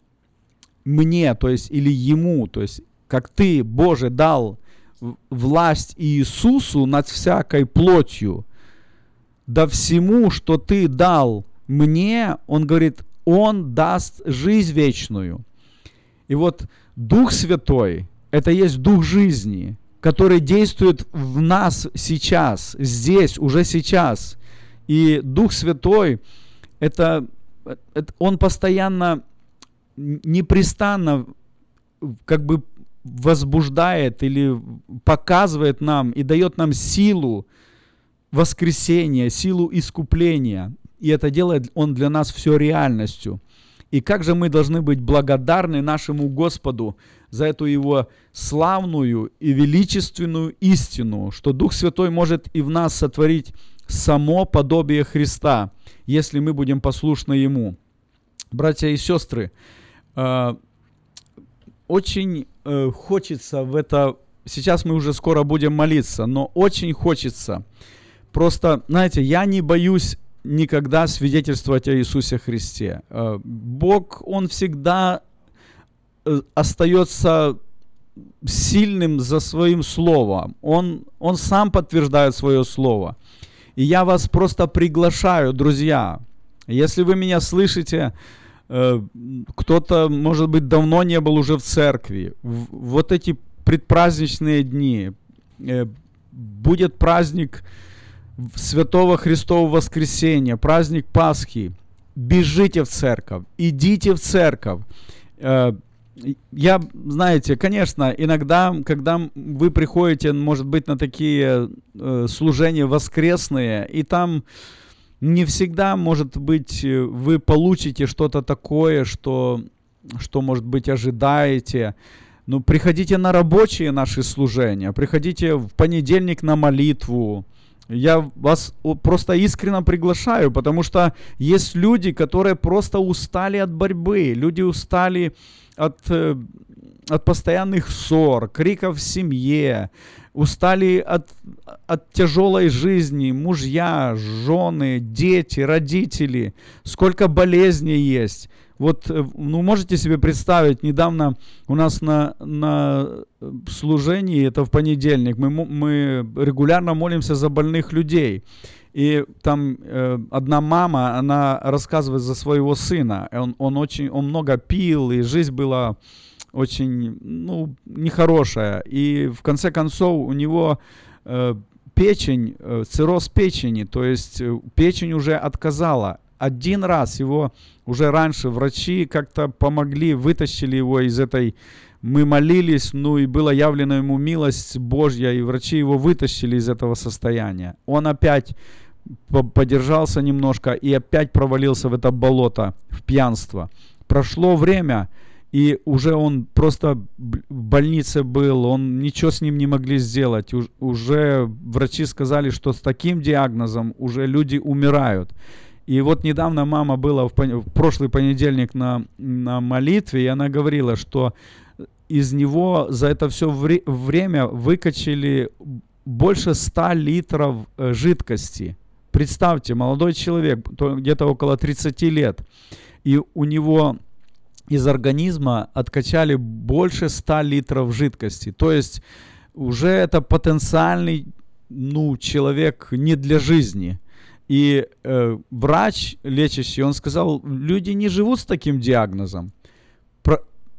мне, то есть или Ему, то есть как Ты, Боже, дал власть Иисусу над всякой плотью, да всему, что Ты дал мне, Он говорит, Он даст жизнь вечную. И вот Дух Святой – это есть Дух жизни, который действует в нас сейчас, здесь, уже сейчас. И Дух Святой – это, это Он постоянно, непрестанно как бы возбуждает или показывает нам и дает нам силу воскресения, силу искупления. И это делает Он для нас все реальностью. И как же мы должны быть благодарны нашему Господу за эту Его славную и величественную истину, что Дух Святой может и в нас сотворить само подобие Христа, если мы будем послушны Ему. Братья и сестры, очень хочется в это, сейчас мы уже скоро будем молиться, но очень хочется, просто, знаете, я не боюсь никогда свидетельствовать о Иисусе Христе. Бог, Он всегда остается сильным за Своим Словом. Он, Он сам подтверждает Свое Слово. И я вас просто приглашаю, друзья, если вы меня слышите, кто-то, может быть, давно не был уже в церкви, в вот эти предпраздничные дни, будет праздник Святого Христова Воскресения, праздник Пасхи, бежите в церковь, идите в церковь. Я, знаете, конечно, иногда, когда вы приходите, может быть, на такие служения воскресные, и там не всегда, может быть, вы получите что-то такое, что, что, может быть, ожидаете. Ну, приходите на рабочие наши служения, приходите в понедельник на молитву. Я вас просто искренне приглашаю, потому что есть люди, которые просто устали от борьбы, люди устали от, э, от постоянных ссор, криков в семье, устали от, от тяжелой жизни, мужья, жены, дети, родители, сколько болезней есть. Вот, ну, можете себе представить, недавно у нас на, на служении, это в понедельник, мы, мы регулярно молимся за больных людей. И там э, одна мама, она рассказывает за своего сына. Он, он, очень, он много пил, и жизнь была очень, ну, нехорошая. И в конце концов у него э, печень, э, цирроз печени, то есть э, печень уже отказала. Один раз его уже раньше врачи как-то помогли, вытащили его из этой... Мы молились, ну и была явлена ему милость Божья, и врачи его вытащили из этого состояния. Он опять подержался немножко и опять провалился в это болото, в пьянство. Прошло время, и уже он просто в больнице был, он ничего с ним не могли сделать. Уж, уже врачи сказали, что с таким диагнозом уже люди умирают. И вот недавно мама была в, пон... в прошлый понедельник на, на молитве, и она говорила, что из него за это все вре- время выкачали больше ста литров э, жидкости. Представьте, молодой человек, где-то около тридцати лет, и у него из организма откачали больше ста литров жидкости. То есть уже это потенциальный, ну, человек не для жизни. И э, врач лечащий, он сказал, люди не живут с таким диагнозом. Про-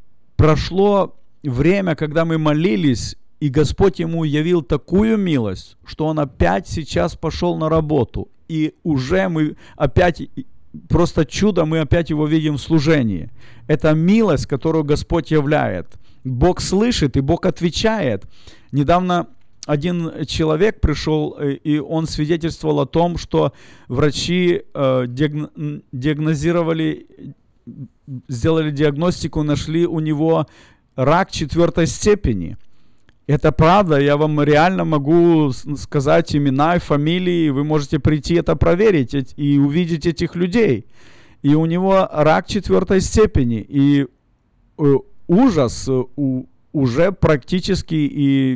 прошло время, когда мы молились, и Господь ему явил такую милость, что он опять сейчас пошел на работу. И уже мы опять, просто чудо, мы опять его видим в служении. Это милость, которую Господь являет. Бог слышит, и Бог отвечает. Недавно один человек пришел, и он свидетельствовал о том, что врачи э, диагно- диагнозировали, сделали диагностику, нашли у него рак четвертой степени. Это правда, я вам реально могу сказать имена и фамилии, вы можете прийти это проверить и увидеть этих людей. И у него рак четвертой степени, и э, ужас, у, уже практически и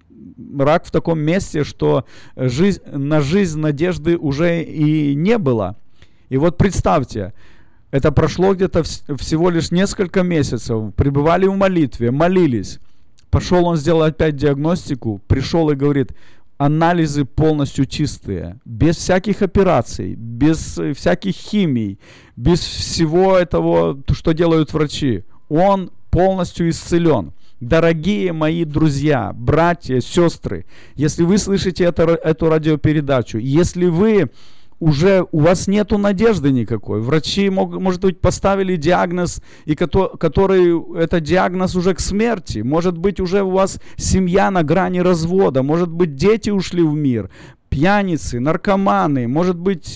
рак в таком месте, что жизнь, на жизнь надежды уже и не было. И вот представьте, это прошло где-то в, всего лишь несколько месяцев, пребывали в молитве, молились. Пошел он, сделал опять диагностику, пришел и говорит, анализы полностью чистые, без всяких операций, без всяких химий, без всего этого, что делают врачи. Он полностью исцелен. Дорогие мои друзья, братья, сестры, если вы слышите это, эту радиопередачу, если вы уже, у вас нету надежды никакой, врачи, мог, может быть, поставили диагноз, и который, который, это диагноз уже к смерти, может быть, уже у вас семья на грани развода, может быть, дети ушли в мир, пьяницы, наркоманы, может быть,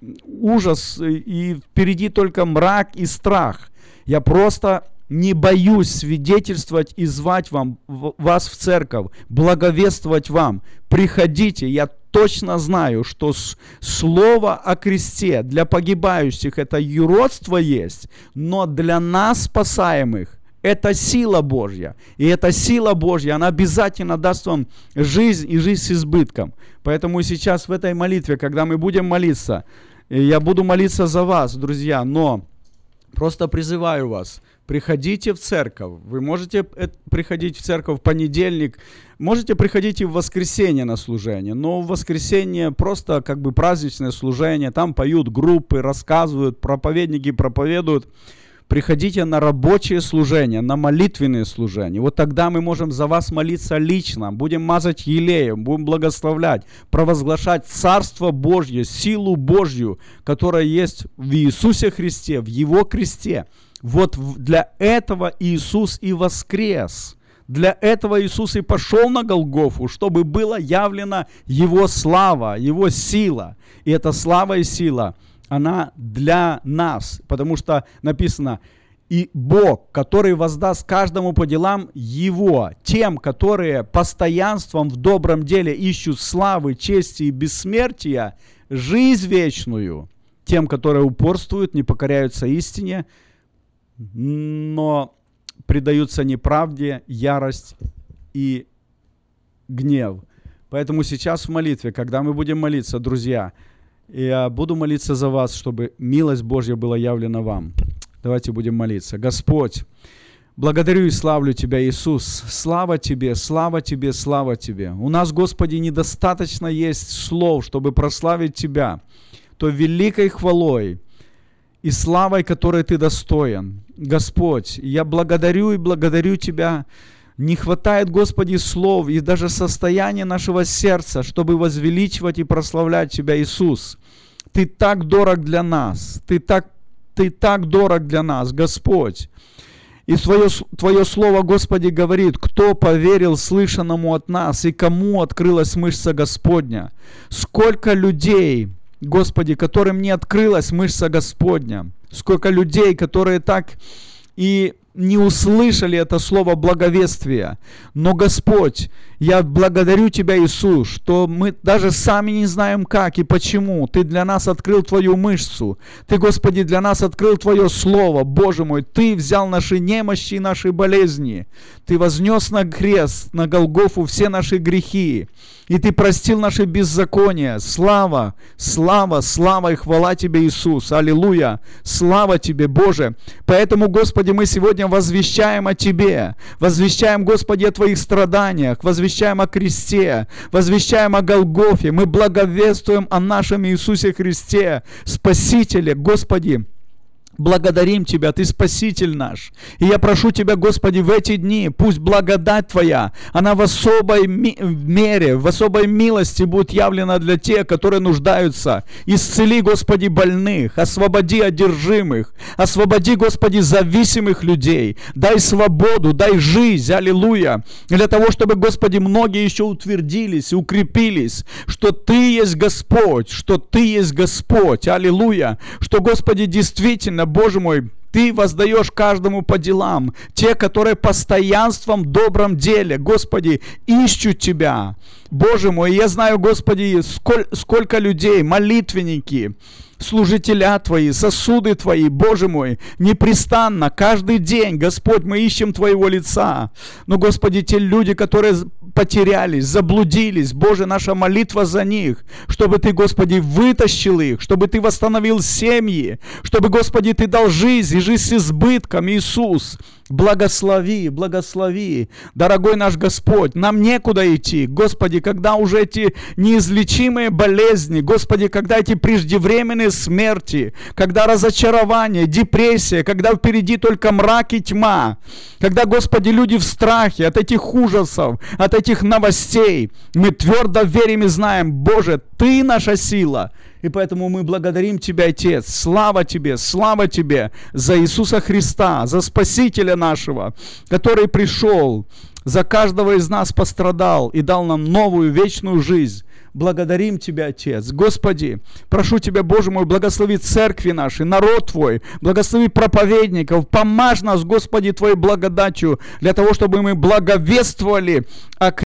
ужас, и впереди только мрак и страх. Я просто... не боюсь свидетельствовать и звать вам, вас в церковь, благовествовать вам. Приходите, я точно знаю, что слово о кресте для погибающих это юродство есть, но для нас спасаемых это сила Божья. И эта сила Божья, она обязательно даст вам жизнь и жизнь с избытком. Поэтому сейчас в этой молитве, когда мы будем молиться, я буду молиться за вас, друзья, но просто призываю вас, приходите в церковь. Вы можете приходить в церковь в понедельник, можете приходить и в воскресенье на служение, но в воскресенье просто как бы праздничное служение, там поют группы, рассказывают, проповедники проповедуют. Приходите на рабочие служения, на молитвенные служения. Вот тогда мы можем за вас молиться лично, будем мазать елеем, будем благословлять, провозглашать Царство Божье, силу Божью, которая есть в Иисусе Христе, в Его кресте. Вот для этого Иисус и воскрес. Для этого Иисус и пошел на Голгофу, чтобы была явлена Его слава, Его сила. И эта слава и сила, она для нас, потому что написано, и Бог, который воздаст каждому по делам Его, тем, которые постоянством в добром деле ищут славы, чести и бессмертия, жизнь вечную, тем, которые упорствуют, не покоряются истине, но предаются неправде, ярость и гнев. Поэтому сейчас в молитве, когда мы будем молиться, друзья, я буду молиться за вас, чтобы милость Божья была явлена вам. Давайте будем молиться. Господь, благодарю и славлю Тебя, Иисус. Слава Тебе, слава Тебе, слава Тебе. У нас, Господи, недостаточно есть слов, чтобы прославить Тебя той великой хвалой и славой, которой Ты достоин. Господь, я благодарю и благодарю Тебя. Не хватает, Господи, слов и даже состояния нашего сердца, чтобы возвеличивать и прославлять Тебя, Иисус. Ты так дорог для нас, Ты так, Ты так дорог для нас, Господь. И Твое, Твое Слово, Господи, говорит, кто поверил слышанному от нас и кому открылась мышца Господня. Сколько людей, Господи, которым не открылась мышца Господня. Сколько людей, которые так и не услышали это слово благовестия. Но, Господь, я благодарю Тебя, Иисус, что мы даже сами не знаем как и почему. Ты для нас открыл Твою мышцу. Ты, Господи, для нас открыл Твое Слово. Боже мой, Ты взял наши немощи и наши болезни. Ты вознес на крест, на Голгофу все наши грехи. И Ты простил наши беззакония. Слава, слава, слава и хвала Тебе, Иисус. Аллилуйя. Слава Тебе, Боже. Поэтому, Господи, мы сегодня возвещаем о Тебе. Возвещаем, Господи, о Твоих страданиях. Возвещаем о кресте. Возвещаем о Голгофе. Мы благовествуем о нашем Иисусе Христе, Спасителе. Господи, благодарим Тебя, Ты Спаситель наш. И я прошу Тебя, Господи, в эти дни, пусть благодать Твоя, она в особой ми- мере, в особой милости будет явлена для тех, которые нуждаются. Исцели, Господи, больных, освободи одержимых, освободи, Господи, зависимых людей. Дай свободу, дай жизнь, аллилуйя. Для того, чтобы, Господи, многие еще утвердились, укрепились, что Ты есть Господь, что Ты есть Господь, аллилуйя. Что, Господи, действительно, Боже мой, Ты воздаешь каждому по делам. Те, которые постоянством в добром деле, Господи, ищут Тебя. Боже мой, я знаю, Господи, сколь, сколько людей, молитвенники, служителя Твои, сосуды Твои, Боже мой, непрестанно, каждый день, Господь, мы ищем Твоего лица. Но, Господи, те люди, которые потерялись, заблудились, Боже, наша молитва за них, чтобы Ты, Господи, вытащил их, чтобы Ты восстановил семьи, чтобы, Господи, Ты дал жизнь и жизнь с избытком, Иисус. Благослови, благослови, дорогой наш Господь, нам некуда идти, Господи, когда уже эти неизлечимые болезни, Господи, когда эти преждевременные смерти, когда разочарование, депрессия, когда впереди только мрак и тьма, когда, Господи, люди в страхе от этих ужасов, от этих новостей, мы твердо верим и знаем, Боже, Ты наша сила. И поэтому мы благодарим Тебя, Отец. Слава Тебе, слава Тебе за Иисуса Христа, за Спасителя нашего, который пришел, за каждого из нас пострадал и дал нам новую вечную жизнь. Благодарим Тебя, Отец. Господи, прошу Тебя, Боже мой, благослови церкви наши, народ Твой, благослови проповедников, помажь нас, Господи, Твоей благодатью, для того, чтобы мы благовествовали о